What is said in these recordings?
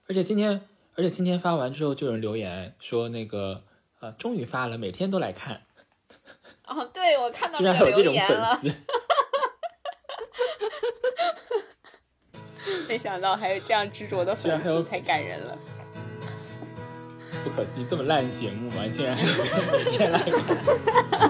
而且今天发完之后，就有人留言说那个终于发了，每天都来看。 哦，对，我看到居然还有这种粉丝。 没想到还有这样执着的粉丝，太感人了。 不可思议，这么烂的节目吗？竟然还有人每天来看。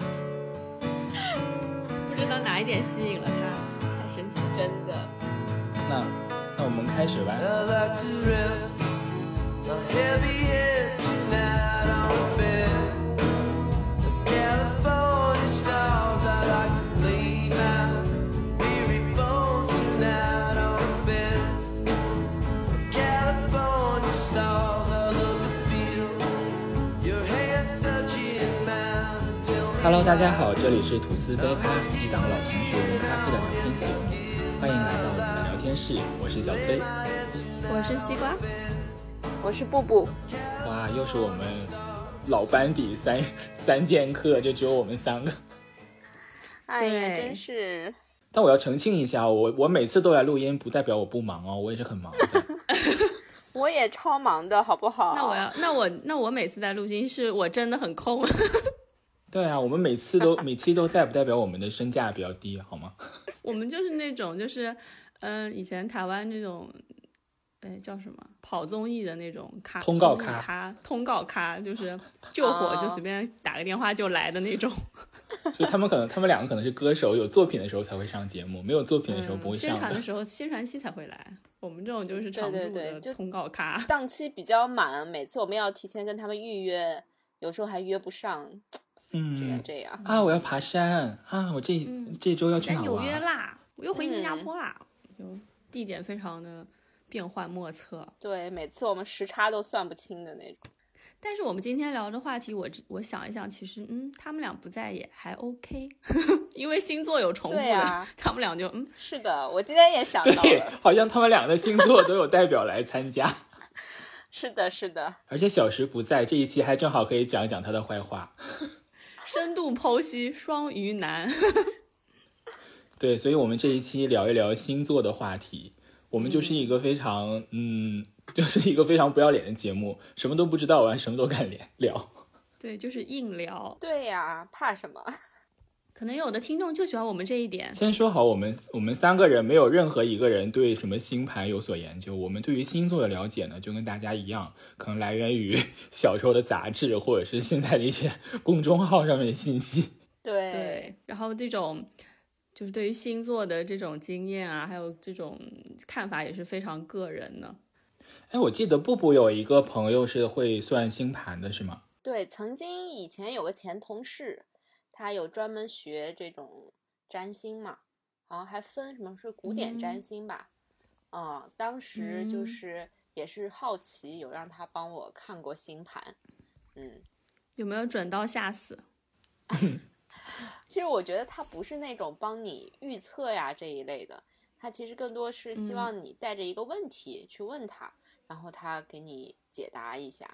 不知道哪一点吸引了他，太神奇， 真的。 那我们开始吧。Hello， 大家好，这里是吐司杯咖，一档老同学用咖啡的聊天节目，欢迎来到我们的聊天室，我是小崔， 我是西瓜， 我是布布。 哇，又是我们老班底三剑客，就只有我们三个。 哎呀，真是。 但我要澄清一下，我每次都来录音，不代表我不忙哦，我也是很忙的。 我也超忙的，好不好？ 那我每次在录音是我真的很空。 对啊，我们每期都在，不代表我们的身价比较低，好吗？ 我们就是那种，就是以前台湾那种，叫什么跑综艺的那种通告咖，就是救火就随便打个电话就来的那种。 所以他们两个可能是歌手，有作品的时候才会上节目，没有作品的时候不会上。 宣传的时候，宣传期才会来。我们这种就是常驻的通告咖， 对档期比较满，每次我们要提前跟他们预约，有时候还约不上。这样啊！我要爬山啊！我这周要去哪玩？ 在纽约啦，我又回新加坡啦，就地点非常的变幻莫测。 对，每次我们时差都算不清的那种。 但是我们今天聊的话题，我想一想，其实他们俩不在也还 OK， 因为星座有重复的，他们俩就是的，我今天也想到了， 对，好像他们俩的星座都有代表来参加。 是的， 而且小石不在，这一期还正好可以讲一讲他的坏话。 深度剖析双鱼男。 对，所以我们这一期聊一聊星座的话题。我们就是一个非常就是一个非常不要脸的节目，什么都不知道完什么都敢聊。 对，就是硬聊。 对呀，怕什么？ 可能有的听众就喜欢我们这一点。 先说好，我们三个人没有任何一个人对什么星盘有所研究，我们对于星座的了解呢，就跟大家一样，可能来源于小时候的杂志，或者是现在的一些公众号上面的信息。 对，然后这种就是对于星座的这种经验啊，还有这种看法也是非常个人的。 我记得布布有一个朋友是会算星盘的，是吗？ 对，曾经以前有个前同事，他有专门学这种占星嘛，好像还分什么是古典占星吧。当时就是也是好奇，有让他帮我看过星盘。 有没有准到吓死？ 其实我觉得他不是那种帮你预测呀这一类的，他其实更多是希望你带着一个问题去问他，然后他给你解答一下。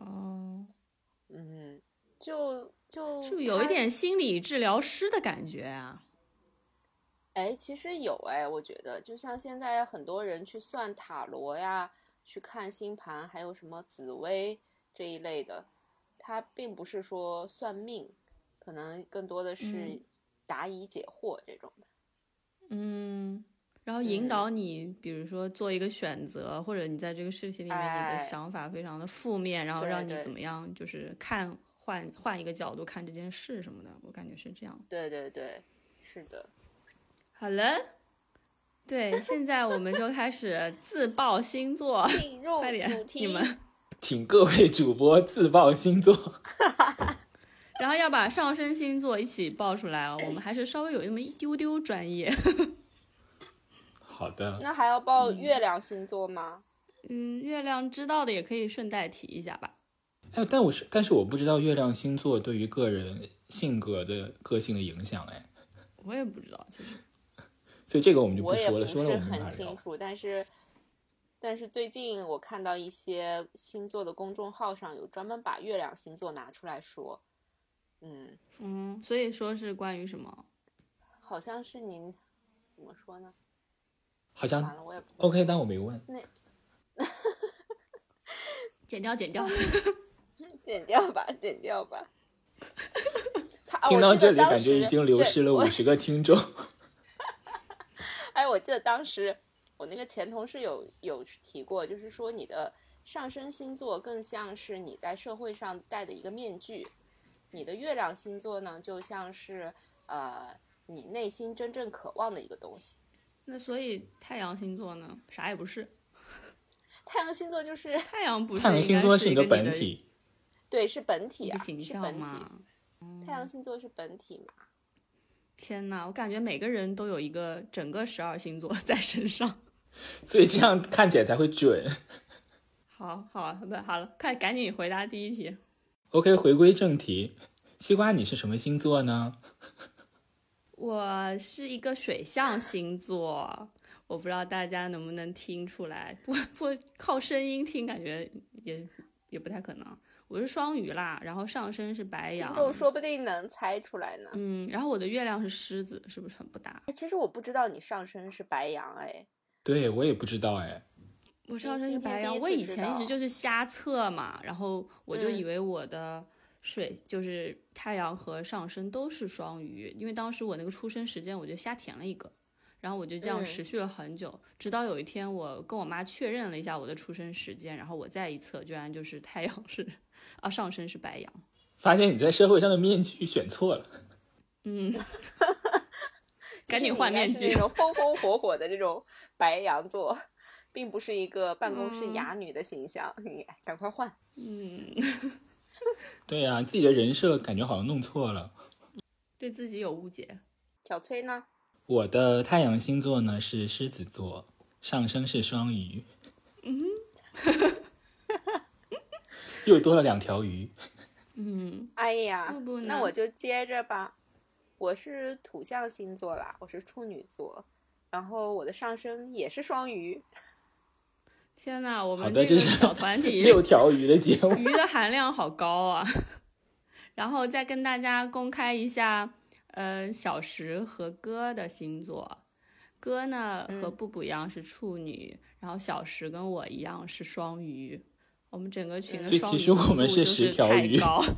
就是不是有一点心理治疗师的感觉啊？ 其实有我觉得就像现在很多人去算塔罗呀，去看星盘，还有什么紫微这一类的，它并不是说算命，可能更多的是答疑解惑这种的。 然后引导你，比如说做一个选择，或者你在这个事情里面你的想法非常的负面，然后让你怎么样，就是换一个角度看这件事什么的，我感觉是这样。 对，是的。 好了，对，现在我们就开始自报星座， 进入快点， 主题， 你们请各位主播自报星座。 然后要把上升星座一起报出来哦，我们还是稍微有那么一丢丢专业。 好的。 那还要报月亮星座吗？ 月亮知道的也可以顺带提一下吧。 但是我不知道月亮星座对于个人性格的个性的影响。 我也不知道，其实。 所以这个我们就不说了， 我也不是很清楚，但是最近我看到一些星座的公众号上有专门把月亮星座拿出来说。 所以说是关于什么？ 好像是您怎么说呢？ 好像完了我也不 OK， 但我没问。 剪掉剪掉剪掉吧剪掉吧听到这里感觉已经流失了50个听众。 哎，我记得当时我那个前同事有提过，就是说你的上升星座更像是你在社会上戴的一个面具，你的月亮星座呢就像是你内心真正渴望的一个东西。 那所以太阳星座呢，啥也不是。 太阳星座就是太阳不是， 太阳星座是你的本体， 对，是本体啊， 形象嘛。 太阳星座是本体嘛。 天哪，我感觉每个人都有一个整个12星座在身上， 所以这样看起来才会准。 好了，快赶紧回答第一题。 OK， 回归正题，西瓜你是什么星座呢？ 我是一个水象星座，我不知道大家能不能听出来，不靠声音听感觉也不太可能。我是双鱼啦，然后上升是白羊， 听众说不定能猜出来呢。 然后我的月亮是狮子，是不是很不搭？ 其实我不知道你上升是白羊。 对，我也不知道哎。 我上升是白羊，我以前一直就是瞎测嘛，然后我就以为我的就是太阳和上升都是双鱼，因为当时我那个出生时间我就瞎填了一个，然后我就这样持续了很久，直到有一天我跟我妈确认了一下我的出生时间，然后我再一测，居然就是太阳是上升是白羊， 发现你在社会上的面具选错了。 赶紧换面具。 那种风风火火的这种白羊座，并不是一个办公室哑女的形象，赶快换。 对呀，自己的人设感觉好像弄错了， 对自己有误解。 小崔呢？ 我的太阳星座呢是狮子座，上升是双鱼。又多了2条鱼。 哎呀， 不那我就接着吧。我是土象星座啦，我是处女座，然后我的上升也是双鱼。 天哪，我们这个小团体 6条鱼的节目， 鱼的含量好高啊！然后再跟大家公开一下，小石和哥的星座。哥呢和布布一样是处女，然后小石跟我一样是双鱼。我们整个群的双鱼其实我们是10条鱼，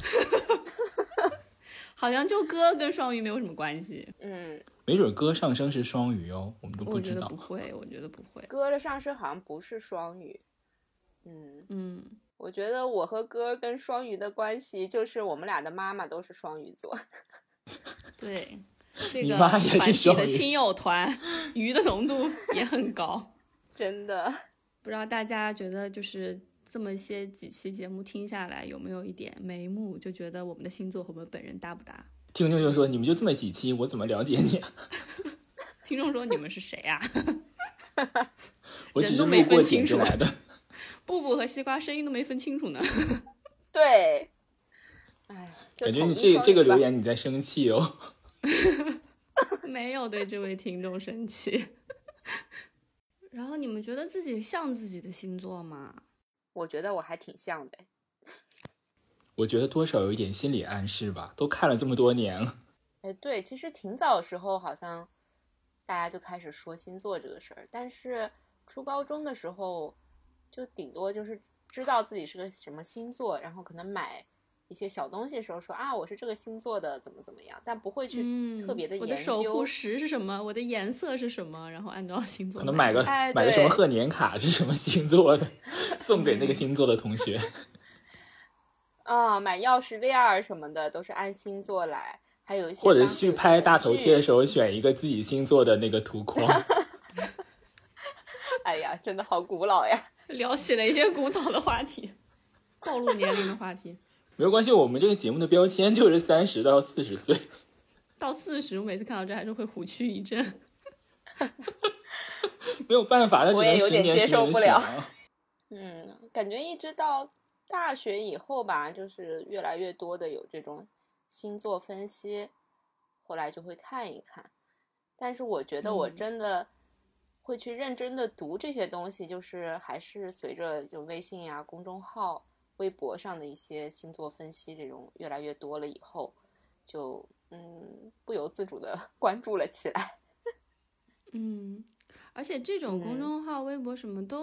好像就哥跟双鱼没有什么关系。 没准哥上升是双鱼哦，我们都不知道。 我觉得不会。 哥的上升好像不是双鱼。我觉得我和哥跟双鱼的关系就是我们俩的妈妈都是双鱼座。 对，这个团体的亲友团鱼的浓度也很高。 真的不知道大家觉得就是这么几期节目听下来有没有一点眉目，就觉得我们的星座和我们本人搭不搭？ 听众就说你们就这么几期，我怎么了解你啊？ 听众说你们是谁啊？ 我只是路过点进来的。 布布和西瓜声音都没分清楚呢。 对， 感觉你这个留言你在生气哦。 没有对这位听众生气。然后你们觉得自己像自己的星座吗？ 我觉得我还挺像的。 我觉得多少有一点心理暗示吧，都看了这么多年了。 对，其实挺早的时候好像大家就开始说星座这个事儿，但是初高中的时候就顶多就是知道自己是个什么星座，然后可能买一些小东西的时候说我是这个星座的怎么样，但不会去特别的研究。 我的守护石是什么，我的颜色是什么，然后按照星座可能买个什么贺年卡是什么星座的，送给那个星座的同学。 买钥匙链什么的都是按星座来，还有一些或者去拍大头贴的时候选一个自己星座的那个图框。 哎呀，真的好古老呀！ 聊起了一些古早的话题，暴露年龄的话题。 没有关系，我们这个节目的标签就是30到40岁。 到40，我每次看到这还是会虎躯一震。 没有办法， 我也有点接受不了。感觉一直到大学以后吧，就是越来越多的有这种星座分析，后来就会看一看。但是我觉得我真的会去认真的读这些东西，就是还是随着就微信呀、公众号、微博上的一些星座分析这种越来越多了以后，就不由自主的关注了起来。 而且这种公众号、微博什么都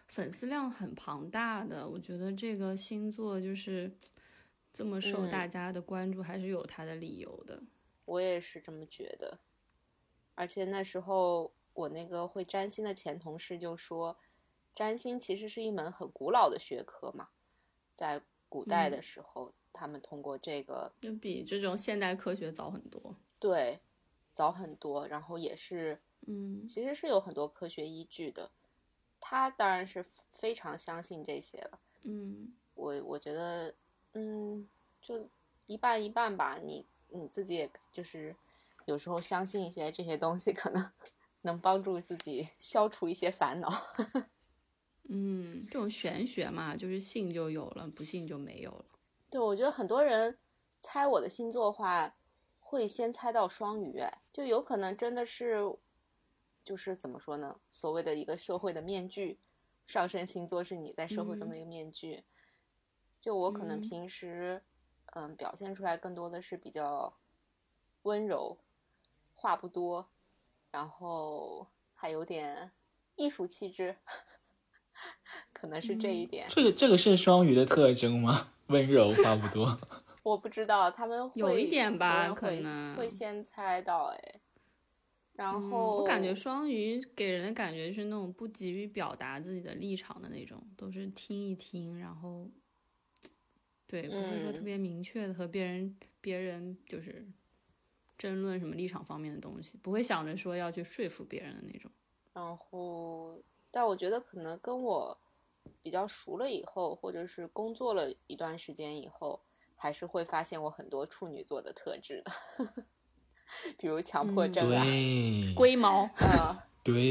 粉丝量很庞大的，我觉得这个星座就是这么受大家的关注，还是有它的理由的。 我也是这么觉得。而且那时候我那个会占星的前同事就说，占星其实是一门很古老的学科嘛，在古代的时候，他们通过这个就比这种现代科学早很多。 对，早很多，然后也是其实是有很多科学依据的。他当然是非常相信这些了。我觉得就一半一半吧，你自己也就是有时候相信一些这些东西，可能能帮助自己消除一些烦恼。 这种玄学嘛，就是信就有了，不信就没有了。 对，我觉得很多人猜我的星座的话，会先猜到双鱼，就有可能真的是，就是怎么说呢，所谓的一个社会的面具，上升星座是你在社会中的一个面具。就我可能平时表现出来更多的是比较温柔，话不多，然后还有点艺术气质，可能是这一点。 这个是双鱼的特征吗？温柔话不多。 我不知道，他们会有一点吧，可能会先猜到然后我感觉双鱼给人的感觉是那种不急于表达自己的立场的那种，都是听一听，然后对，不会说特别明确的和别人就是争论什么立场方面的东西，不会想着说要去说服别人的那种。 然后但我觉得可能跟我比较熟了以后，或者是工作了一段时间以后，还是会发现我很多处女座的特质的。比如强迫症啊， 龟毛对。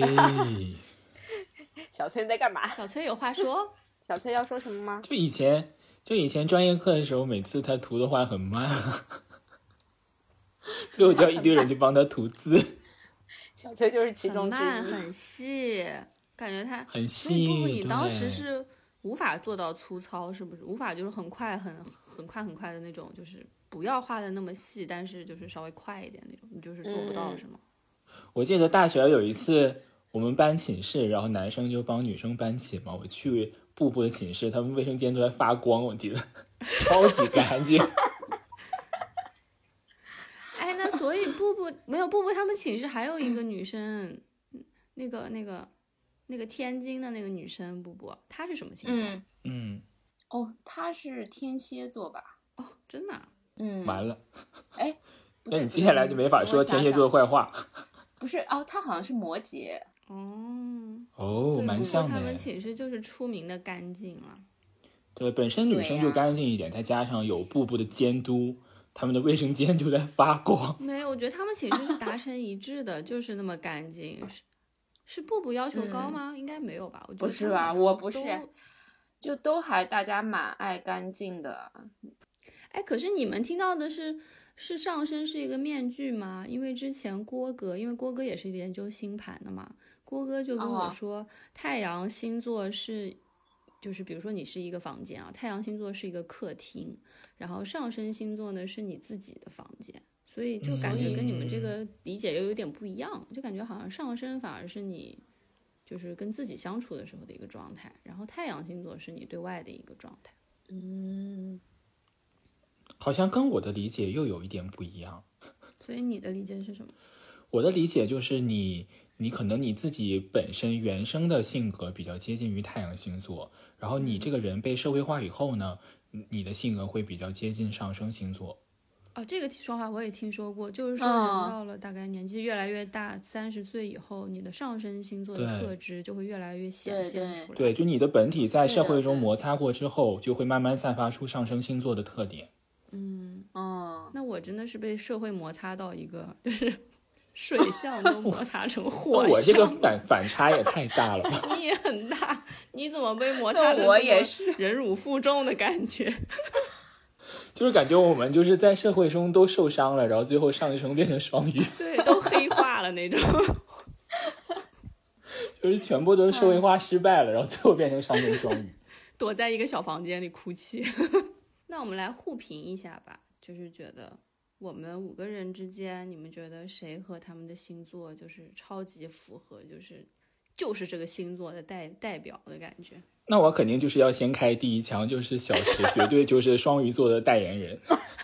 小崔在干嘛？ 小崔有话说。 小崔要说什么吗？ 就以前专业课的时候，每次他涂的话很慢，所以我就要一堆人去帮他涂字。 小崔就是其中之一。 很慢很细，感觉他很细。 那不，你当时是无法做到粗糙，是不是？无法就是很快很快的那种，就是不要画的那么细，但是就是稍微快一点那种，你就是做不到，是吗？ 我记得大学有一次我们搬寝室，然后男生就帮女生搬寝嘛，我去布布的寝室，他们卫生间都在发光，我记得超级干净。 哎，那所以布布他们寝室还有一个女生，那个天津的那个女生布布，她是什么情况？ 哦，她是天蝎座吧？ 哦，真的完了。 哎， 那你接下来就没法说天蝎座的坏话。 不是哦，她好像是摩羯。 蛮像的。 他们寝室就是出名的干净了。 对，本身女生就干净一点，再加上有布布的监督，他们的卫生间就在发光。 没有，我觉得他们寝室是达成一致的，就是那么干净。是布布要求高吗？应该没有吧？我觉得不是吧？我不是，就都还大家蛮爱干净的。 哎，可是你们听到的是上升是一个面具吗？因为之前郭哥也是研究星盘的嘛，郭哥就跟我说，太阳星座是，就是比如说你是一个房间啊，太阳星座是一个客厅，然后上升星座呢是你自己的房间，所以就感觉跟你们这个理解又有点不一样，就感觉好像上升反而是你就是跟自己相处的时候的一个状态，然后太阳星座是你对外的一个状态。 好像跟我的理解又有一点不一样。 所以你的理解是什么？ 我的理解就是你可能你自己本身原生的性格比较接近于太阳星座，然后你这个人被社会化以后呢，你的性格会比较接近上升星座。 这个说法我也听说过，就是说人到了大概年纪越来越大，30岁以后，你的上升星座的特质就会越来越显现出来。 对，就你的本体在社会中摩擦过之后，就会慢慢散发出上升星座的特点。 那我真的是被社会摩擦到一个，就是水象都摩擦成火象。 我这个反差也太大了吧？ 你也很大，你怎么被摩擦的？我也是忍辱负重的感觉。 就是感觉我们就是在社会中都受伤了，然后最后上升变成双鱼， 对，都黑化了那种。 就是全部都是社会化失败了，然后最后变成上升双鱼， 躲在一个小房间里哭泣。那我们来互评一下吧，就是觉得我们5个人之间，你们觉得谁和他们的星座就是超级符合，就是就是这个星座的代表的感觉。 那我肯定就是要先开第一枪，就是小石绝对就是双鱼座的代言人。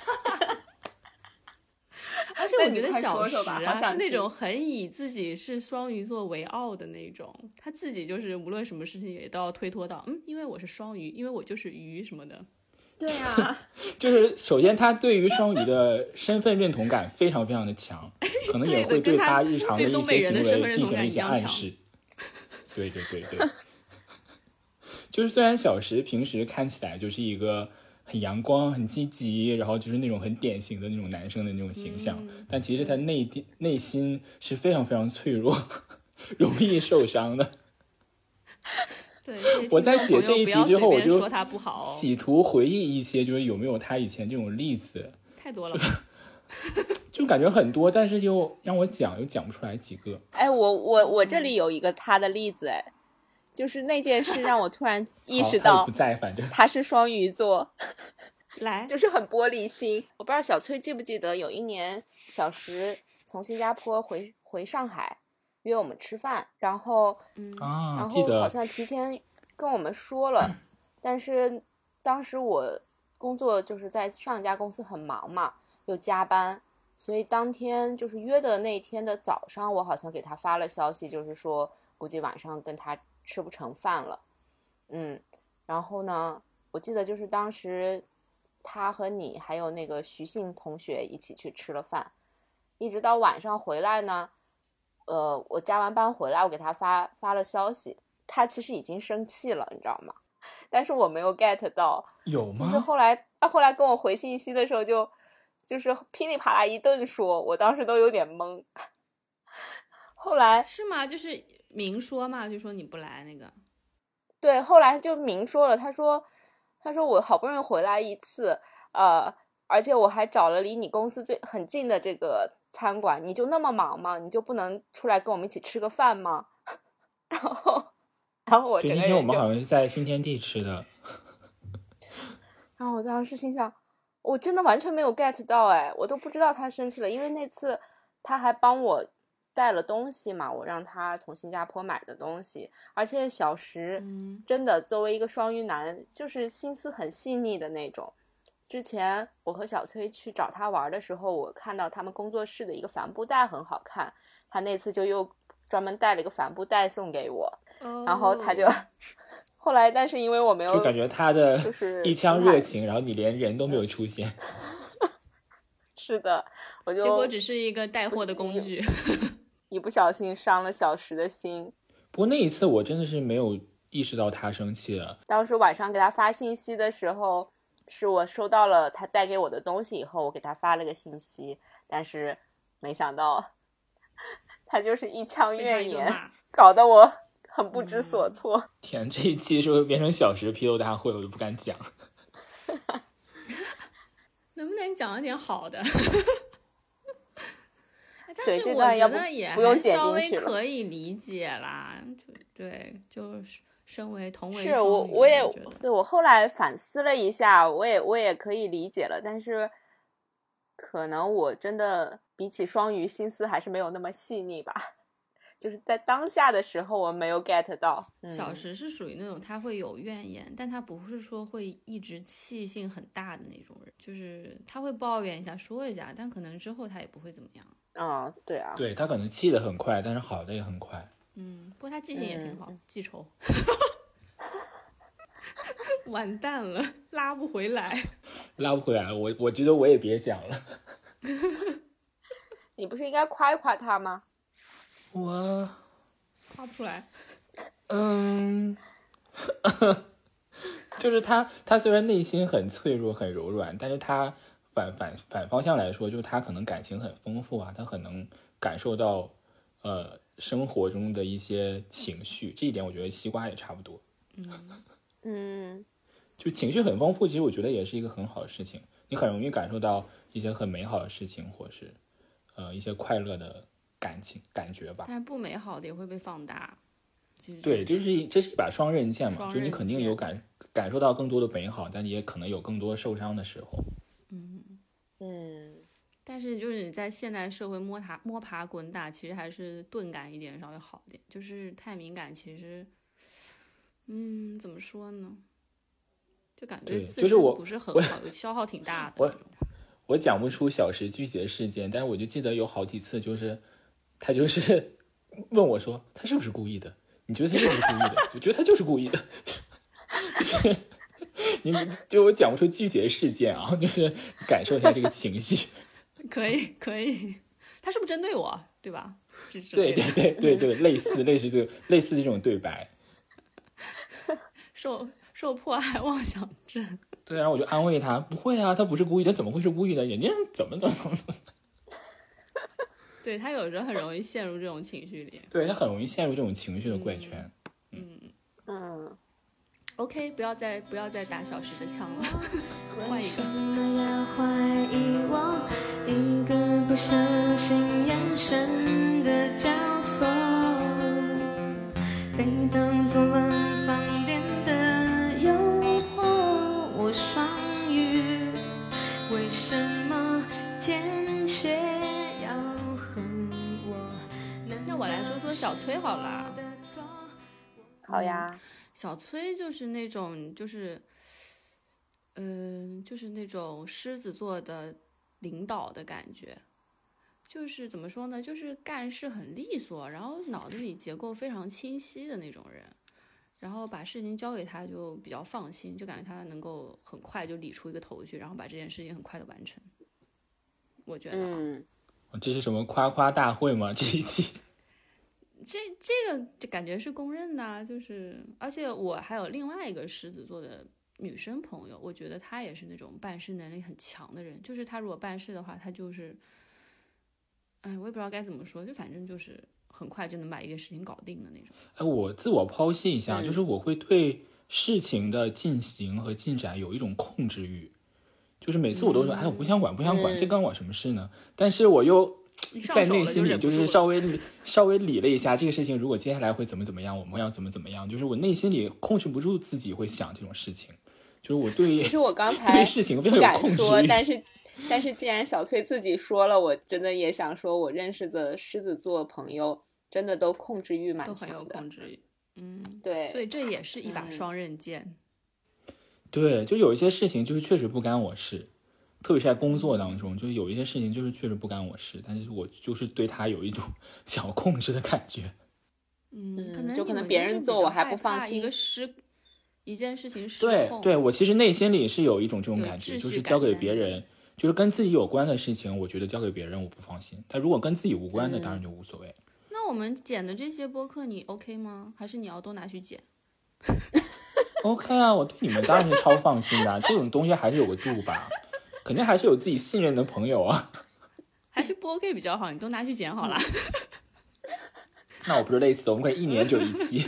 而且我觉得小石啊是那种很以自己是双鱼座为傲的那种，他自己就是无论什么事情也都要推脱到因为我是双鱼，因为我就是鱼什么的。 对啊， 就是首先他对于双鱼的身份认同感非常非常的强，可能也会对他日常的一些行为进行一些暗示。对对对对，就是虽然小石平时看起来就是一个很阳光很积极，然后就是那种很典型的那种男生的那种形象，但其实他内心是非常非常脆弱容易受伤的。 对， 我在写这一题之后，我就说他不好， 企图回忆一些，就是有没有他以前这种例子。 太多了， 就感觉很多，但是又让我讲又讲不出来几个。 哎，我这里有一个他的例子，哎，就是那件事让我突然意识到， 他不在，反正他是双鱼座， 来， 就是很玻璃心。我不知道小崔记不记得，有一年小石从新加坡回上海。约我们吃饭，然后然后好像提前跟我们说了，但是当时我工作就是在上一家公司很忙嘛，又加班，所以当天就是约的那天的早上，我好像给他发了消息，就是说估计晚上跟他吃不成饭了。然后呢，我记得就是当时他和你还有那个徐信同学一起去吃了饭，一直到晚上回来呢。我加完班回来，我给他发了消息，他其实已经生气了，你知道吗？但是我没有 get 到。 有吗？ 就是后来跟我回信息的时候就是噼里啪啦一顿说，我当时都有点懵。后来是吗？就是明说嘛，就说你不来那个。 对，后来就明说了，他说我好不容易回来一次，而且我还找了离你公司很近的这个餐馆，你就那么忙吗？你就不能出来跟我们一起吃个饭吗？然后我整个人就， 那天我们好像是在新天地吃的。 然后我当时心想，我真的完全没有 get 到，哎，我都不知道他生气了，因为那次他还帮我带了东西嘛，我让他从新加坡买的东西，而且小石真的作为一个双鱼男，就是心思很细腻的那种。之前我和小崔去找他玩的时候，我看到他们工作室的一个帆布袋很好看，他那次就又专门带了一个帆布袋送给我，然后他就后来，但是因为我没有， 就感觉他的就是一腔热情，然后你连人都没有出现。 是的，我就结果只是一个带货的工具， 一不小心伤了小石的心。 不过那一次我真的是没有意识到他生气了。 当时晚上给他发信息的时候，是我收到了他带给我的东西以后，我给他发了个信息，但是没想到他就是一腔怨言，搞得我很不知所措。 天，这一期是不是变成小石批斗大会？我都不敢讲。 能不能讲一点好的？ 对， 但是我觉得也还稍微可以理解啦。对，就是身为同为双鱼， 是我也对，我后来反思了一下，我也可以理解了，但是可能我真的比起双鱼心思还是没有那么细腻吧。就是在当下的时候我没有 get 到。 小石是属于那种他会有怨言，但他不是说会一直气性很大的那种人，就是他会抱怨一下说一下，但可能之后他也不会怎么样。 对啊， 对，他可能气得很快，但是好的也很快。 不过他记性也挺好，记仇。完蛋了，拉不回来了。我觉得我也别讲了。 你不是应该夸一夸他吗？ 我夸不出来。 就是他虽然内心很脆弱很柔软，但是他反方向来说，就是他可能感情很丰富啊，他很能感受到生活中的一些情绪，这一点我觉得西瓜也差不多。就情绪很丰富，其实我觉得也是一个很好的事情，你很容易感受到一些很美好的事情，或是一些快乐的感觉吧。 但是不美好的也会被放大。 对，这是一把双刃剑嘛，就你肯定有感受到更多的美好，但也可能有更多受伤的时候。 但是就是你在现代社会摸爬滚打，其实还是钝感一点稍微好一点，就是太敏感其实怎么说呢，就感觉自身不是很好，消耗挺大的那种。 我讲不出小时具体的事件，但是我就记得有好几次，就是他就是问我说他是不是故意的，你觉得他是不是故意的？我觉得他就是故意的。你们就我讲不出具体的事件啊，就是感受一下这个情绪。 可以，他是不是针对我，对吧？ 对，类似这种对白。 受迫害妄想症。 对，然后我就安慰他，不会啊，他不是故意的，怎么会是故意的？人家怎么对，他有时候很容易陷入这种情绪里。 对，他很容易陷入这种情绪的怪圈。 OK， 不要再打小时的枪了，换一个。 为什么要怀疑我一个不相信眼神的交错，被当作冷放电的诱惑，我双鱼为什么坚决要恨我？ 那我来说说小崔好了。 好呀。 小崔就是那种就是那种狮子座的领导的感觉，就是怎么说呢，就是干事很利索，然后脑子里结构非常清晰的那种人，然后把事情交给他就比较放心，就感觉他能够很快就理出一个头绪，然后把这件事情很快的完成。我觉得这是什么夸夸大会吗？这一期这个感觉是公认的啊，就是而且我还有另外一个狮子座的女生朋友，我觉得她也是那种办事能力很强的人，就是她如果办事的话，她就是我也不知道该怎么说，就反正就是很快就能把一个事情搞定的那种。 我自我剖析一下，就是我会对事情的进行和进展有一种控制欲，就是每次我都说我不想管，这关我什么事呢？但是我又在内心里就是稍微理了一下，这个事情如果接下来会怎么样，我们要怎么样，就是我内心里控制不住自己会想这种事情，就是我对其实我刚才对事情非常有控制欲， 但是既然小崔自己说了，我真的也想说，我认识的狮子座朋友真的都控制欲蛮强的， 都很有控制欲。 对， 所以这也是一把双刃剑。 对，就有一些事情就是确实不干我事，特别是在工作当中，就是有一些事情就是确实不干我事，但是我就是对他有一种想要控制的感觉。 可能别人做我还不放心， 一件事情失控。 对，我其实内心里是有一种这种感觉，就是交给别人，就是跟自己有关的事情，我觉得交给别人我不放心。但如果跟自己无关的，当然就无所谓。 那我们剪的这些播客你 OK 吗？还是你要都拿去剪 ？OK 啊，我对你们当然是超放心的，这种东西还是有个度吧，肯定还是有自己信任的朋友啊。 还是不 OK 比较好，你都拿去剪好了。 那我不是累死了，我们可以1年就一期。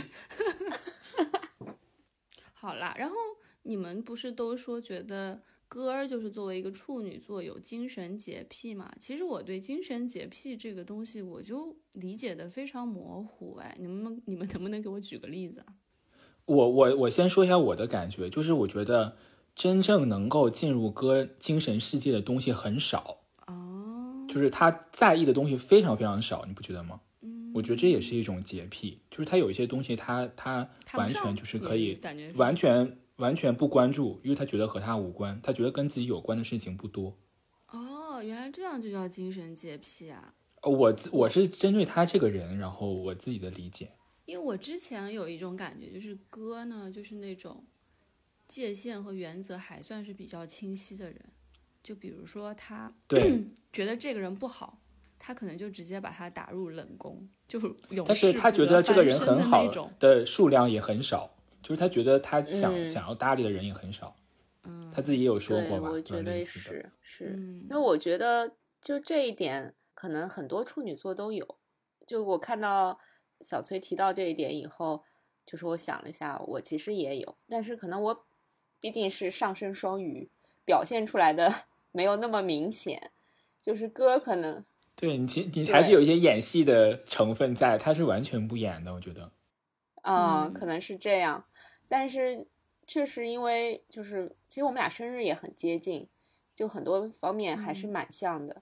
好啦，然后你们不是都说觉得歌儿就是作为一个处女座有精神洁癖嘛？其实我对精神洁癖这个东西我就理解的非常模糊。你们能不能给我举个例子啊？ 我先说一下我的感觉，就是我觉得真正能够进入歌精神世界的东西很少就是他在意的东西非常非常少，你不觉得吗？我觉得这也是一种洁癖，就是他有一些东西他完全就是可以完全不关注，因为他觉得和他无关，他觉得跟自己有关的事情不多。 原来这样就叫精神洁癖啊！ 我是针对他这个人，然后我自己的理解。 因为我之前有一种感觉，就是歌呢，就是那种界限和原则还算是比较清晰的人。就比如说他觉得这个人不好，他可能就直接把他打入冷宫，就是永世不得翻身的那种。但是他觉得这个人很好的数量也很少，就是他觉得他想要搭理的人也很少。他自己也有说过吧？ 我觉得是，因为我觉得就这一点，可能很多处女座都有。就我看到小崔提到这一点以后，就是我想了一下，我其实也有，但是可能我毕竟是上升双鱼，表现出来的没有那么明显。就是歌可能对你还是有一些演戏的成分在，他是完全不演的，我觉得。 可能是这样，但是确实因为就是其实我们俩生日也很接近，就很多方面还是蛮像的。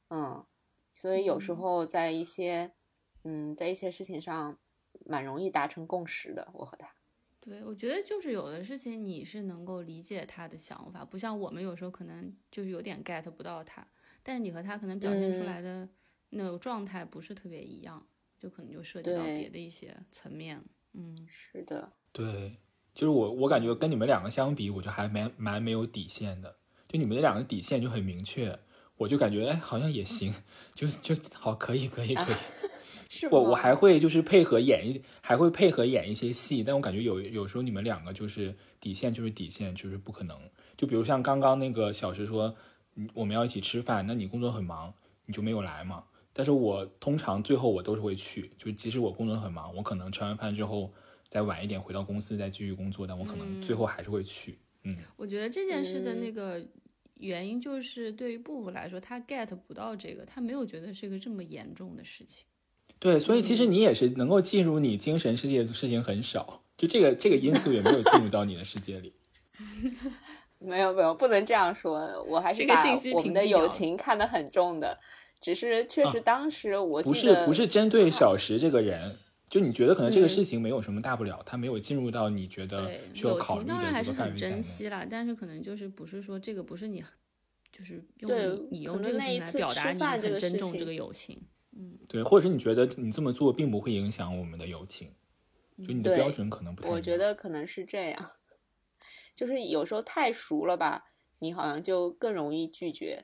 所以有时候在一些事情上蛮容易达成共识的，我和他。 对，我觉得就是有的事情你是能够理解他的想法，不像我们有时候可能就是有点 get 不到他，但是你和他可能表现出来的那个状态不是特别一样，就可能就涉及到别的一些层面。 是的， 对，就是我感觉跟你们两个相比，我就还蛮没有底线的，就你们这两个底线就很明确，我就感觉好像也行，就好，可以。我还会就是配合演一些戏，但我感觉有时候你们两个就是底线就是底线，就是不可能。就比如像刚刚那个小石说我们要一起吃饭，那你工作很忙你就没有来嘛，但是我通常最后我都是会去，就即使我工作很忙，我可能吃完饭之后再晚一点回到公司再继续工作，但我可能最后还是会去。 我觉得这件事的那个原因就是对于布布来说他 get 不到这个，他没有觉得是一个这么严重的事情。 对，所以其实你也是能够进入你精神世界的事情很少，就这个因素也没有进入到你的世界里。 没有，不能这样说，我还是把我们的友情看得很重的，只是确实当时我记得不是针对小石这个人，就你觉得可能这个事情没有什么大不了，他没有进入到你觉得需要考虑的这个范围。 友情当然还是很珍惜啦，但是可能就是不是说这个不是你就是你用这个事情来表达你很珍重这个友情。 对，或者是你觉得你这么做并不会影响我们的友情，就你的标准可能不太一样。 我觉得可能是这样，就是有时候太熟了吧，你好像就更容易拒绝。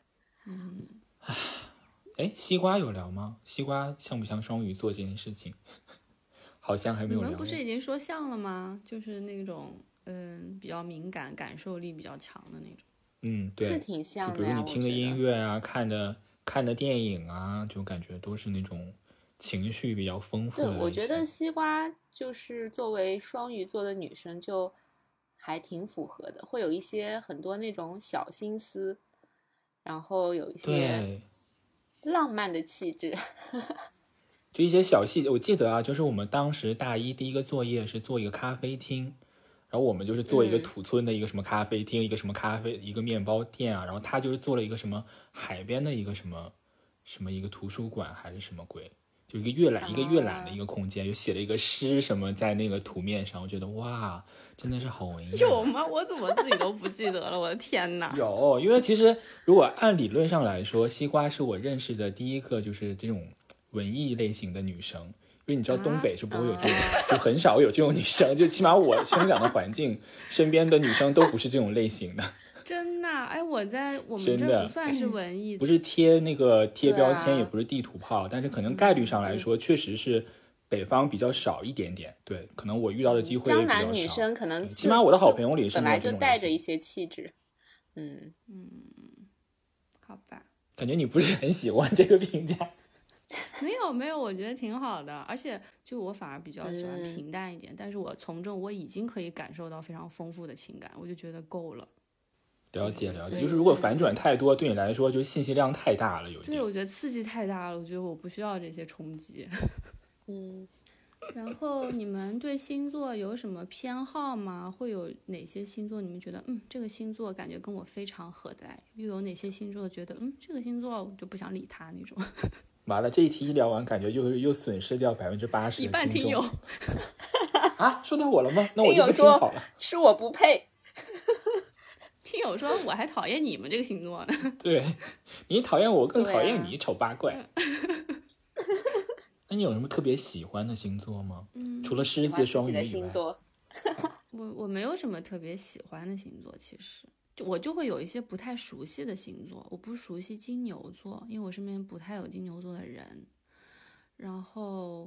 西瓜有聊吗？西瓜像不像双鱼座这件事情？好像还没有聊。 你们不是已经说像了吗？就是那种比较敏感、感受力比较强的那种。 对， 是挺像的呀。 就比如你听的音乐啊，看的电影啊，就感觉都是那种情绪比较丰富的。 对，我觉得西瓜就是作为双鱼座的女生就还挺符合的，会有一些很多那种小心思，然后有一些浪漫的气质。 就一些小细节，我记得啊，就是我们当时大一第一个作业是做一个咖啡厅，然后我们就是做一个土村的一个什么咖啡厅，一个什么一个面包店啊，然后他就是做了一个什么海边的一个什么一个图书馆还是什么鬼，就一个阅览的一个空间，就写了一个诗什么在那个图面上，我觉得哇，真的是好文艺。 有吗？我怎么自己都不记得了？我的天哪！ 有，因为其实如果按理论上来说，西瓜是我认识的第一个就是这种文艺类型的女生，因为你知道东北是不会有这种，就很少有这种女生，就起码我生长的环境，身边的女生都不是这种类型的。 真的？我在我们这不算是文艺的， 不是贴标签，也不是地图炮，但是可能概率上来说，确实是北方比较少一点点。对，可能我遇到的机会也比较少。 江南女生可能起码我的好朋友里是本来就带着一些气质。 好吧。 感觉你不是很喜欢这个评价。 没有，我觉得挺好的，而且就我反而比较喜欢平淡一点，但是我从中我已经可以感受到非常丰富的情感，我就觉得够了。 了解，就是如果反转太多，对你来说就信息量太大了，有点。 对，我觉得刺激太大了，我觉得我不需要这些冲击。然后你们对星座有什么偏好吗？会有哪些星座你们觉得这个星座感觉跟我非常合得来，又有哪些星座觉得这个星座我就不想理他那种？ 完了，这一题一聊完，感觉又损失掉80% 一半听友啊，说到我了吗？那我就不听好了。 是我不配。 听友说我还讨厌你们这个星座呢。 对，你讨厌我，更讨厌你，丑八怪。那你有什么特别喜欢的星座吗？除了狮子、双鱼以外。 星座我没有什么特别喜欢的星座，其实我就会有一些不太熟悉的星座。我不熟悉金牛座，因为我身边不太有金牛座的人。然后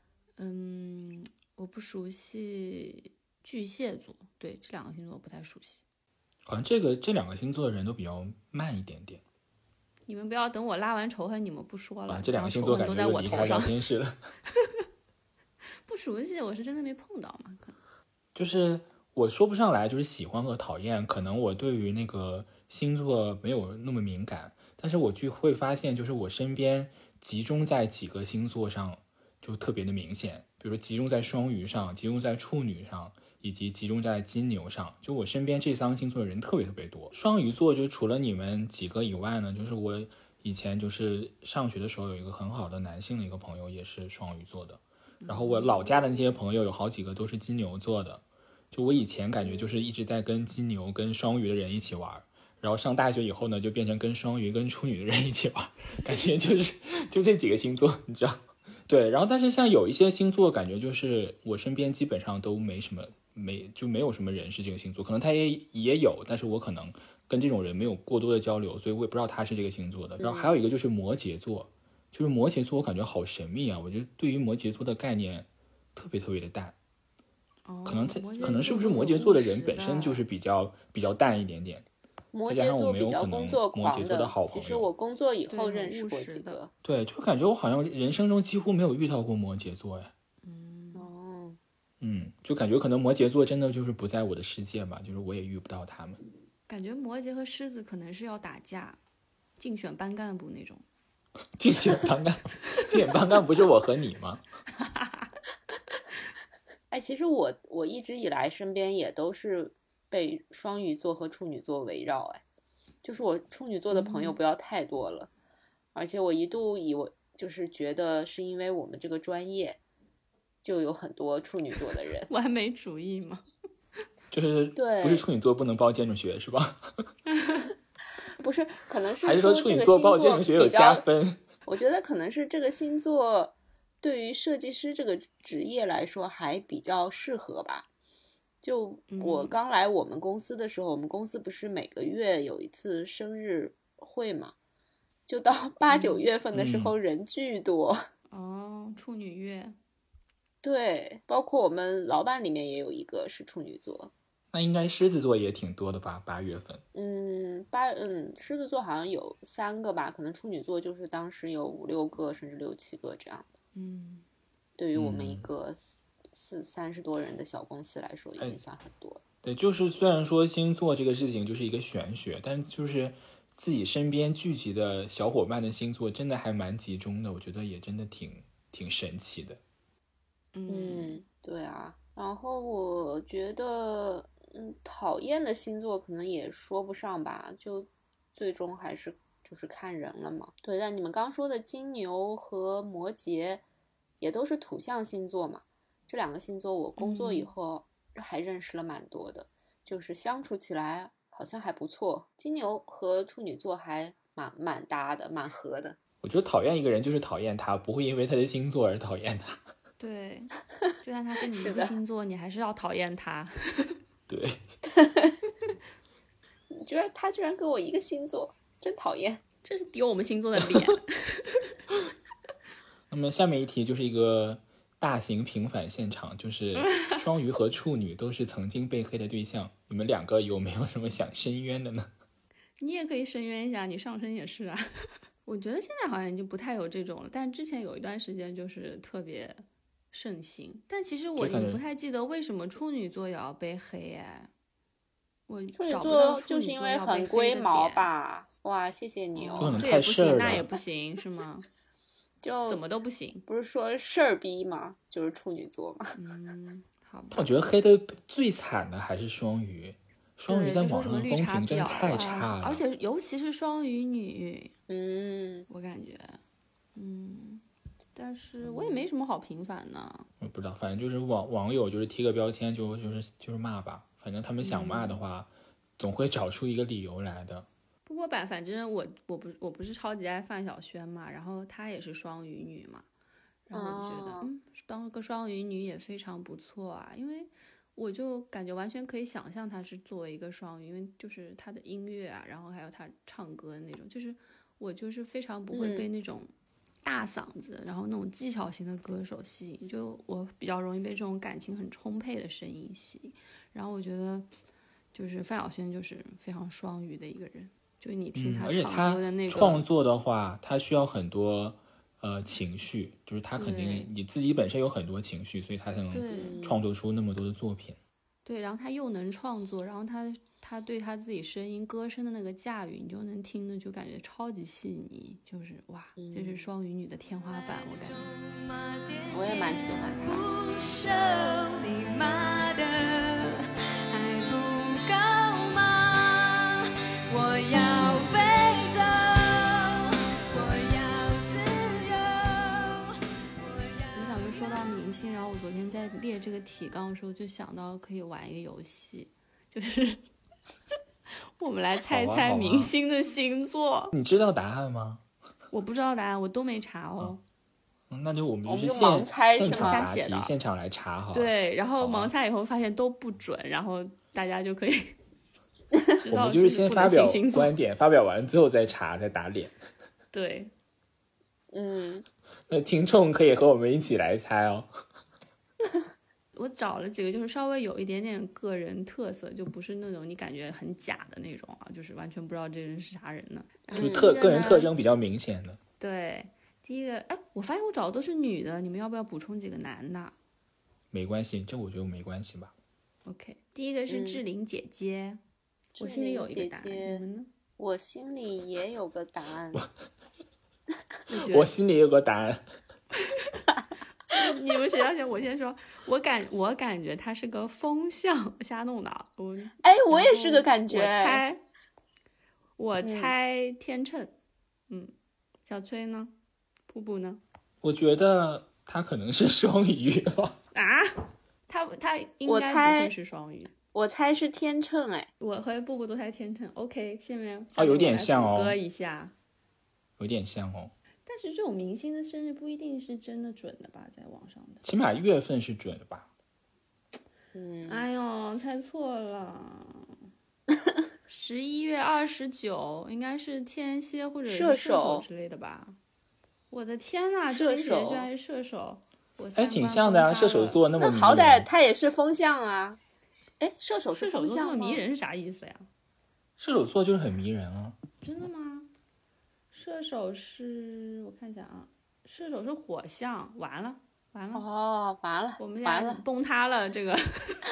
我不熟悉巨蟹座，对，这两个星座我不太熟悉。 好像这两个星座的人都比较慢一点点。 你们不要等我拉完仇恨，你们不说了。 这两个星座感觉都在我头上。 聊天室了。 不熟悉，我是真的没碰到嘛。可能就是我说不上来，就是喜欢和讨厌。可能我对于那个星座没有那么敏感，但是我就会发现，就是我身边集中在几个星座上就特别的明显。比如说集中在双鱼上，集中在处女上，以及集中在金牛上，就我身边这3个星座的人特别特别多。双鱼座就除了你们几个以外呢，就是我以前就是上学的时候有一个很好的男性的一个朋友也是双鱼座的，然后我老家的那些朋友有好几个都是金牛座的，就我以前感觉就是一直在跟金牛跟双鱼的人一起玩，然后上大学以后呢就变成跟双鱼跟处女的人一起玩，感觉就这几个星座你知道。对，然后但是像有一些星座感觉就是我身边基本上都没有什么人是这个星座，可能他也有，但是我可能跟这种人没有过多的交流，所以我也不知道他是这个星座的。然后还有一个就是摩羯座，就是摩羯座我感觉好神秘啊，我觉得对于摩羯座的概念特别特别的淡。可能是不是摩羯座的人本身就是比较淡一点点， 摩羯座比较工作狂的， 其实我工作以后认识过几个。 对，就感觉我好像人生中几乎没有遇到过摩羯座呀。就感觉可能摩羯座真的就是不在我的世界吧，就是我也遇不到他们。 感觉摩羯和狮子可能是要打架，竞选班干部那种。 竞选班干不是我和你吗？ 哎，其实我一直以来身边也都是被双鱼座和处女座围绕，哎，就是我处女座的朋友不要太多了，而且我一度就是觉得是因为我们这个专业就有很多处女座的人。 完美主义吗？ 就是对， 不是处女座不能报建筑学是吧？ 不是，可能是还是说处女座报建筑学有加分？ 我觉得可能是这个星座对于设计师这个职业来说还比较适合吧。就我刚来我们公司的时候，我们公司不是每个月有一次生日会嘛，就到8、9月份的时候人巨多。 处女月。 对，包括我们老板里面也有一个是处女座。 那应该狮子座也挺多的吧？8月份。 狮子座好像有3个吧，可能处女座就是当时有5、6个甚至6、7个这样的。对于我们一个30多人的小公司来说已经算很多了。 对，就是虽然说星座这个事情就是一个玄学，但就是自己身边聚集的小伙伴的星座真的还蛮集中的，我觉得也真的挺神奇的。 对啊。然后我觉得讨厌的星座可能也说不上吧，就最终还是就是看人了嘛。对，但你们刚说的金牛和摩羯也都是土象星座嘛，这2个星座我工作以后还认识了蛮多的，就是相处起来好像还不错。金牛和处女座还蛮搭的，蛮合的。 我觉得讨厌一个人就是讨厌他，不会因为他的星座而讨厌他。 对，就算他跟你一个星座，你还是要讨厌他。 对。 你觉得他居然跟我一个星座，真讨厌， 这是丢我们星座的脸。 那么下面一题就是一个大型平反现场，就是双鱼和处女都是曾经被黑的对象，你们2个有没有什么想申冤的呢？ 你也可以申冤一下，你上升也是啊。我觉得现在好像已经不太有这种了，但之前有一段时间就是特别盛行。但其实我已经不太记得为什么处女座也要被黑哎。我处女座就是因为很龟毛吧？哇，谢谢你哦。 这也不行那也不行是吗？ 就怎么都不行。 不是说事儿逼吗？就是处女座嘛。 好吧。 我觉得黑的最惨的还是双鱼。双鱼在网上的风评真的太差了， 而且尤其是双鱼女，我感觉，但是我也没什么好平反呢。 我不知道，反正就是网友就是贴个标签就是骂吧，反正他们想骂的话，总会找出一个理由来的。 不过反正我不是超级爱范晓萱嘛，然后她也是双鱼女嘛，然后我就觉得当个双鱼女也非常不错啊，因为我就感觉完全可以想象她是作为一个双鱼，因为就是她的音乐啊，然后还有她唱歌的那种，就是我就是非常不会被那种大嗓子，然后那种技巧型的歌手吸引，就我比较容易被这种感情很充沛的声音吸引。然后我觉得就是范晓萱就是非常双鱼的一个人，就你听她唱歌的那个， 而且她创作的话，她需要很多情绪，就是他肯定你自己本身有很多情绪，所以他才能创作出那么多的作品。 对，然后他又能创作，然后他对他自己声音歌声的那个驾驭，你就能听的就感觉超级细腻，就是哇，这是双鱼女的天花板，我感觉。 我也蛮喜欢她。 不舍你妈的还不够吗？我要飞走， 个提纲的时候，就想到可以玩一个游戏，就是我们来猜猜明星的星座。 你知道答案吗？ 我不知道答案，我都没查哦。 那就我们就是盲猜现场答题， 现场来查好。 对，然后盲猜以后发现都不准，然后大家就可以知道。 我们就是先发表观点，发表完最后再查，再打脸。 对， 那听众可以和我们一起来猜哦。 我找了几个就是稍微有一点点个人特色，就不是那种你感觉很假的那种啊，就是完全不知道这人是啥人呢， 就是个人特征比较明显的。 对，第一个，哎，我发现我找的都是女的，你们要不要补充几个男的？ 没关系，这我觉得没关系吧。 OK， 第一个是志玲姐姐，我心里有一个答案，你们呢？ 我心里也有个答案。 我心里有个答案。 你们谁要先？我先说，我感觉他是个风象，我瞎弄的。 我也是个感觉。 我猜天秤。小崔呢？瀑布呢？ 我觉得他可能是双鱼吧。 啊？他应该不会是双鱼。 我猜是天秤。 我和瀑布都猜天秤。OK， 下面有点像哦。 谷歌一下。 有点像哦。 但是这种明星的生日不一定是真的准的吧，在网上的。 起码月份是准的吧。 哎呦，猜错了。11月29应该是天蝎或者是射手之类的吧。我的天哪，这里写的居然是射手。 挺像的啊，射手座那么迷人。 那好歹他也是风象啊。射手是风象吗？ 射手座这么迷人是啥意思呀？ 射手座就是很迷人啊。 真的吗？射手是，我看一下啊，射手是火象，完了， 哦，完了， 我们家崩塌了这个。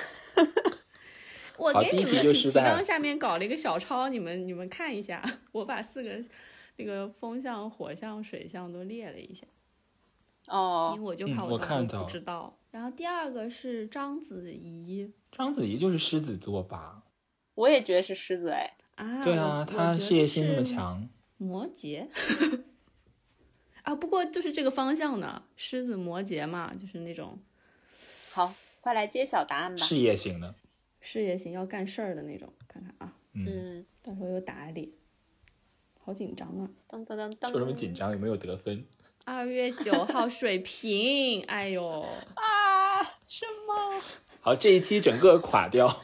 我给你们提纲下面搞了一个小抄，你们看一下，我把4个那个风象、火象、水象都列了一下。因为我就怕我不知道。然后第二个是章子怡。 章子怡就是狮子座吧？ 我也觉得是狮子。 对啊，她事业心那么强。 摩羯啊，不过就是这个方向呢，狮子摩羯嘛，就是那种。 好，快来揭晓答案吧。 事业型的， 事业型要干事儿的那种，看看啊。到时候有打脸，好紧张啊！ 当当当当， 有什么紧张？有没有得分 ？2月9号水瓶，哎呦啊，什么？ 好，这一期整个垮掉。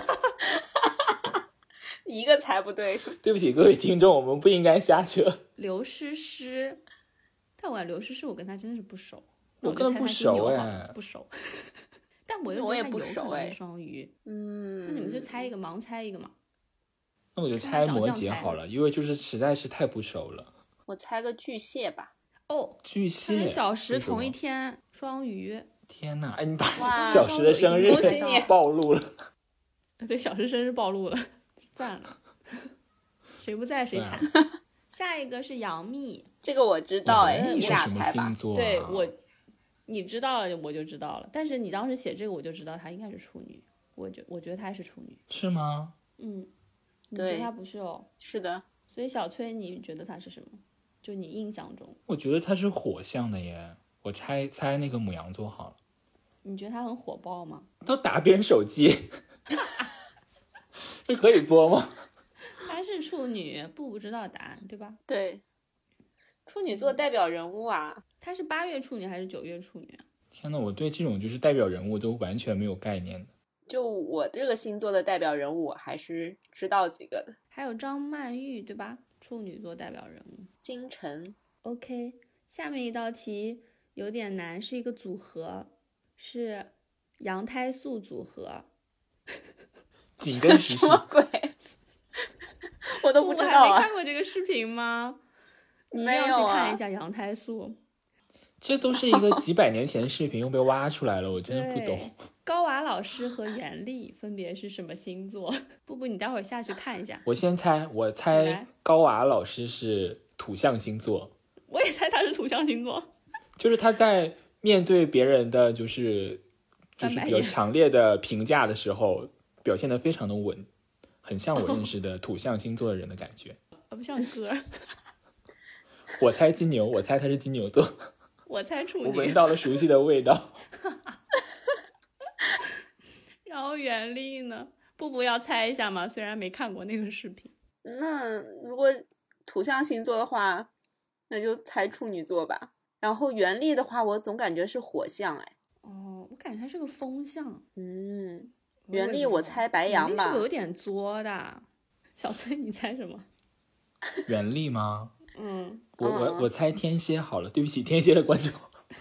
一个猜不对。 对不起各位听众，我们不应该瞎扯。 刘诗诗，但我感觉刘诗诗我跟他真的是不熟。 我跟他不熟不熟。但我又觉得他有可能是双鱼。那你们就猜一个，盲猜一个嘛。 那我就猜摩羯好了，因为就是实在是太不熟了。 我猜个巨蟹吧。 巨蟹跟小石同一天，双鱼。 天哪，你把小石的生日暴露了。 对，小石生日暴露了，算了，谁不在谁惨。下一个是杨幂， 这个我知道。 你俩猜吧。 对，你知道了我就知道了，但是你当时写这个我就知道她应该是处女，我觉得她是处女。 是吗？ 你觉得她不是哦？ 是的。 所以小崔你觉得她是什么？就你印象中？ 我觉得她是火象的耶，我猜那个牡羊座好了。 你觉得她很火爆吗？ 都打别人手机。这可以播吗？ 她是处女，不知道答案对吧？ 对，处女座代表人物啊。 她是8月处女还是9月处女啊？ 天哪，我对这种就是代表人物都完全没有概念的。 就我这个星座的代表人物，我还是知道几个的。 还有张曼玉对吧？处女座代表人物。 金晨。 OK， 下面一道题有点难，是一个组合，是羊胎素组合。 紧跟时事。 什么鬼？我都不知道我还没看过这个视频吗？你一定要去看一下羊胎素。 这都是一个几百年前的视频，又被挖出来了，我真的不懂。 高娃老师和袁立分别是什么星座？布布，你待会儿下去看一下。 我先猜，我猜高娃老师是土象星座。 我也猜他是土象星座。 就是他在面对别人的就是比较强烈的评价的时候，表现得非常的稳，很像我认识的土象星座的人的感觉。 不像歌。 我猜金牛，我猜他是金牛座。 我猜处女。 我闻到了熟悉的味道。 袁立呢？布布要猜一下吗？虽然没看过那个视频。 那如果土象星座的话，那就猜处女座吧。然后袁立的话，我总感觉是火象。 哦，我感觉他是个风象。 袁立我猜白羊吧。 袁立是有点作的。小崔你猜什么？ 袁立吗？我猜天蝎好了，对不起天蝎的观众。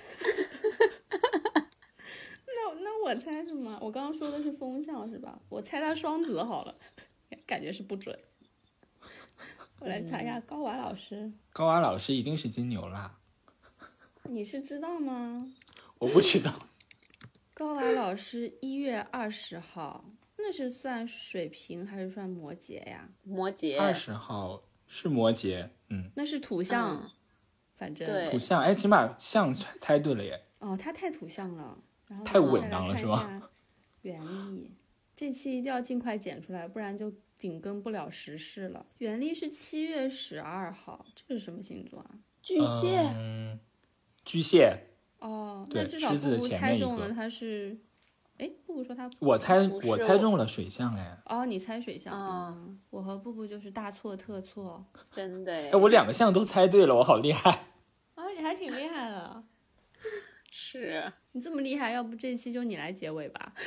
那我猜什么？我刚刚说的是风象是吧？我猜他双子好了，感觉是不准。我来猜一下高娃老师。 高娃老师一定是金牛啦。 你是知道吗？ 我不知道。 高娃老师1月20号，那是算水瓶还是算摩羯呀？ 摩羯。 20号是摩羯， 那是土象，反正对土象，哎，起码象猜对了耶。 哦，他太土象了，然后太稳当了是吗？ 袁立，这期一定要尽快剪出来，不然就紧跟不了时事了。袁立是7月12号，这是什么星座啊？ 巨蟹。 巨蟹。 哦，那至少布布猜中了，他是，哎，布布说他， 我猜中了水象哎。 哦，你猜水象，我和布布就是大错特错， 真的哎。 我2个象都猜对了，我好厉害。 你还挺厉害的。 是你这么厉害，要不这期就你来结尾吧。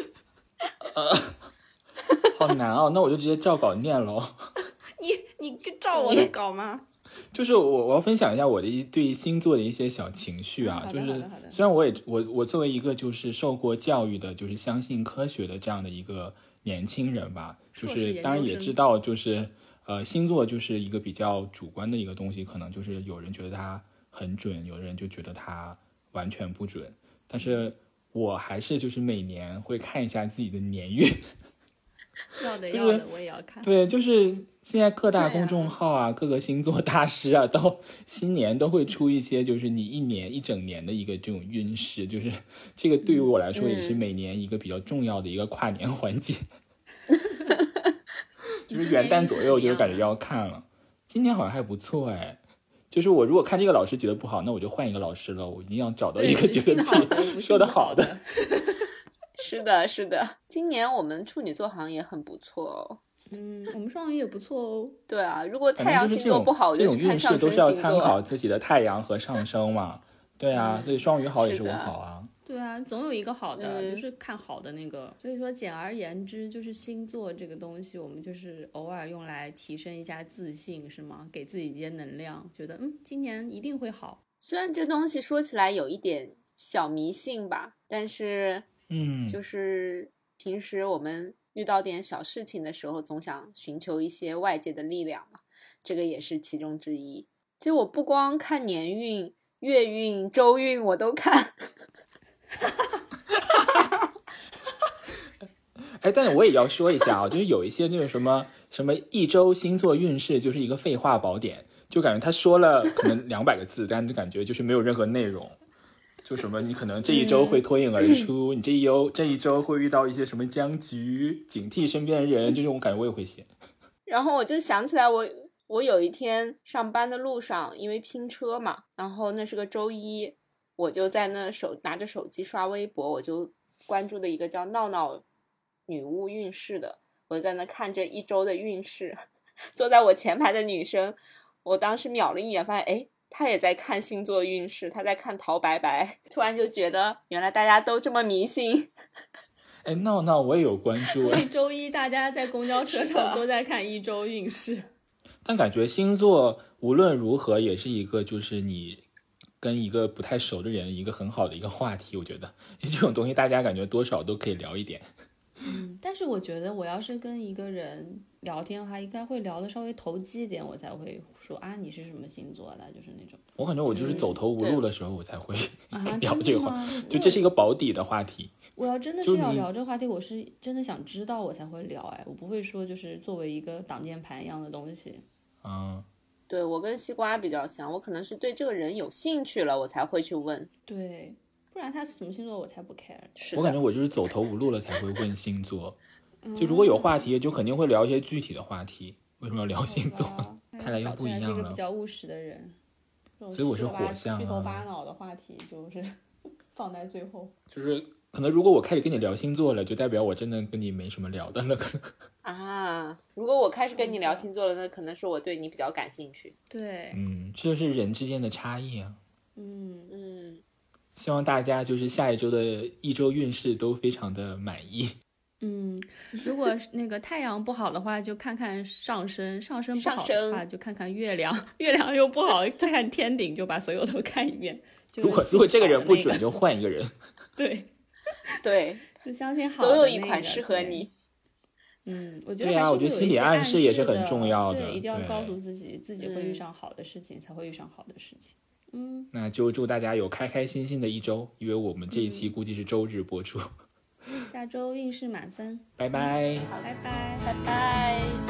好难哦，那我就直接照稿念咯。 你照我的稿吗？ 就是我要分享一下我的对星座的一些小情绪啊，就是虽然我作为一个就是受过教育的，就是相信科学的这样的一个年轻人吧，就是当然也知道就是星座就是一个比较主观的一个东西，可能就是有人觉得它很准，有人就觉得它完全不准，但是我还是就是每年会看一下自己的年运。 要的我也要看。 对，就是现在各大公众号啊，各个星座大师啊，到新年都会出一些就是你一整年的一个这种运势，就是这个对于我来说也是每年一个比较重要的一个跨年环节。就是元旦左右就感觉要看了。今年好像还不错哎，就是我如果看这个老师觉得不好，那我就换一个老师了，我一定要找到一个觉得自己说的好的。 是的，是的，今年我们处女座好像也很不错哦。 我们双鱼也不错哦。 对啊，如果太阳星座不好，我就去看上升星座。 这种运势都是要参考自己的太阳和上升嘛。对啊，所以双鱼好也是我好啊。 对啊，总有一个好的，就是看好的那个。所以说，简而言之，就是星座这个东西，我们就是偶尔用来提升一下自信，是吗？给自己一些能量，觉得今年一定会好。 虽然这东西说起来有一点小迷信吧，但是就是平时我们遇到点小事情的时候，总想寻求一些外界的力量嘛，这个也是其中之一。其实我不光看年运、月运、周运，我都看。 哎，但是我也要说一下啊，就是有一些那种什么一周星座运势，就是一个废话宝典，就感觉他说了可能200个字，但是感觉就是没有任何内容。就什么你可能这一周会脱颖而出，你这一周会遇到一些什么僵局，警惕身边的人，这种感觉我也会写。 然后我就想起来我有一天上班的路上，因为拼车嘛，然后那是个周一，我就在那拿着手机刷微博，我就关注的一个叫闹闹女巫运势的，我就在那看这一周的运势。坐在我前排的女生，我当时瞄了一眼，发现哎，她也在看星座运势，她在看陶白白，突然就觉得原来大家都这么迷信。 哎，闹闹我也有关注。 所以周一大家在公交车上都在看一周运势。 但感觉星座无论如何也是一个就是你跟一个不太熟的人一个很好的一个话题，我觉得这种东西大家感觉多少都可以聊一点。 但是我觉得我要是跟一个人聊天的话，应该会聊得稍微投机一点，我才会说啊你是什么星座的，就是那种。 我感觉我就是走投无路的时候我才会聊这个话，就这是一个保底的话题。 我要真的是要聊这个话题，我是真的想知道我才会聊，哎，我不会说就是作为一个挡箭牌一样的东西。 对，我跟西瓜比较像，我可能是对这个人有兴趣了，我才会去问。 对，不然他是什么星座我才不 care。 我感觉我就是走投无路了才会问星座。就如果有话题就肯定会聊一些具体的话题，为什么要聊星座？看来又不一样了。 是一个比较务实的人， 所以我是火象啊， 虚头巴脑的话题就是放在最后。 就是可能如果我开始跟你聊星座了，就代表我真的跟你没什么聊的了。可能啊，如果我开始跟你聊星座了，那可能是我对你比较感兴趣。 对， 这就是人之间的差异啊。希望大家就是下一周的一周运势都非常的满意。 如果那个太阳不好的话，就看看上升；上升不好的话，就看看月亮；月亮又不好，再看天顶，就把所有都看一遍。 如果这个人不准，就换一个人。 对， 对， 就相信好的总有一款适合你。 我觉得对啊，我觉得心理暗示也是很重要的。 对，一定要告诉自己，自己会遇上好的事情，才会遇上好的事情。 那就祝大家有开开心心的一周，因为我们这一期估计是周日播出。 下周运势满分， 拜拜。 好，拜拜， 拜拜。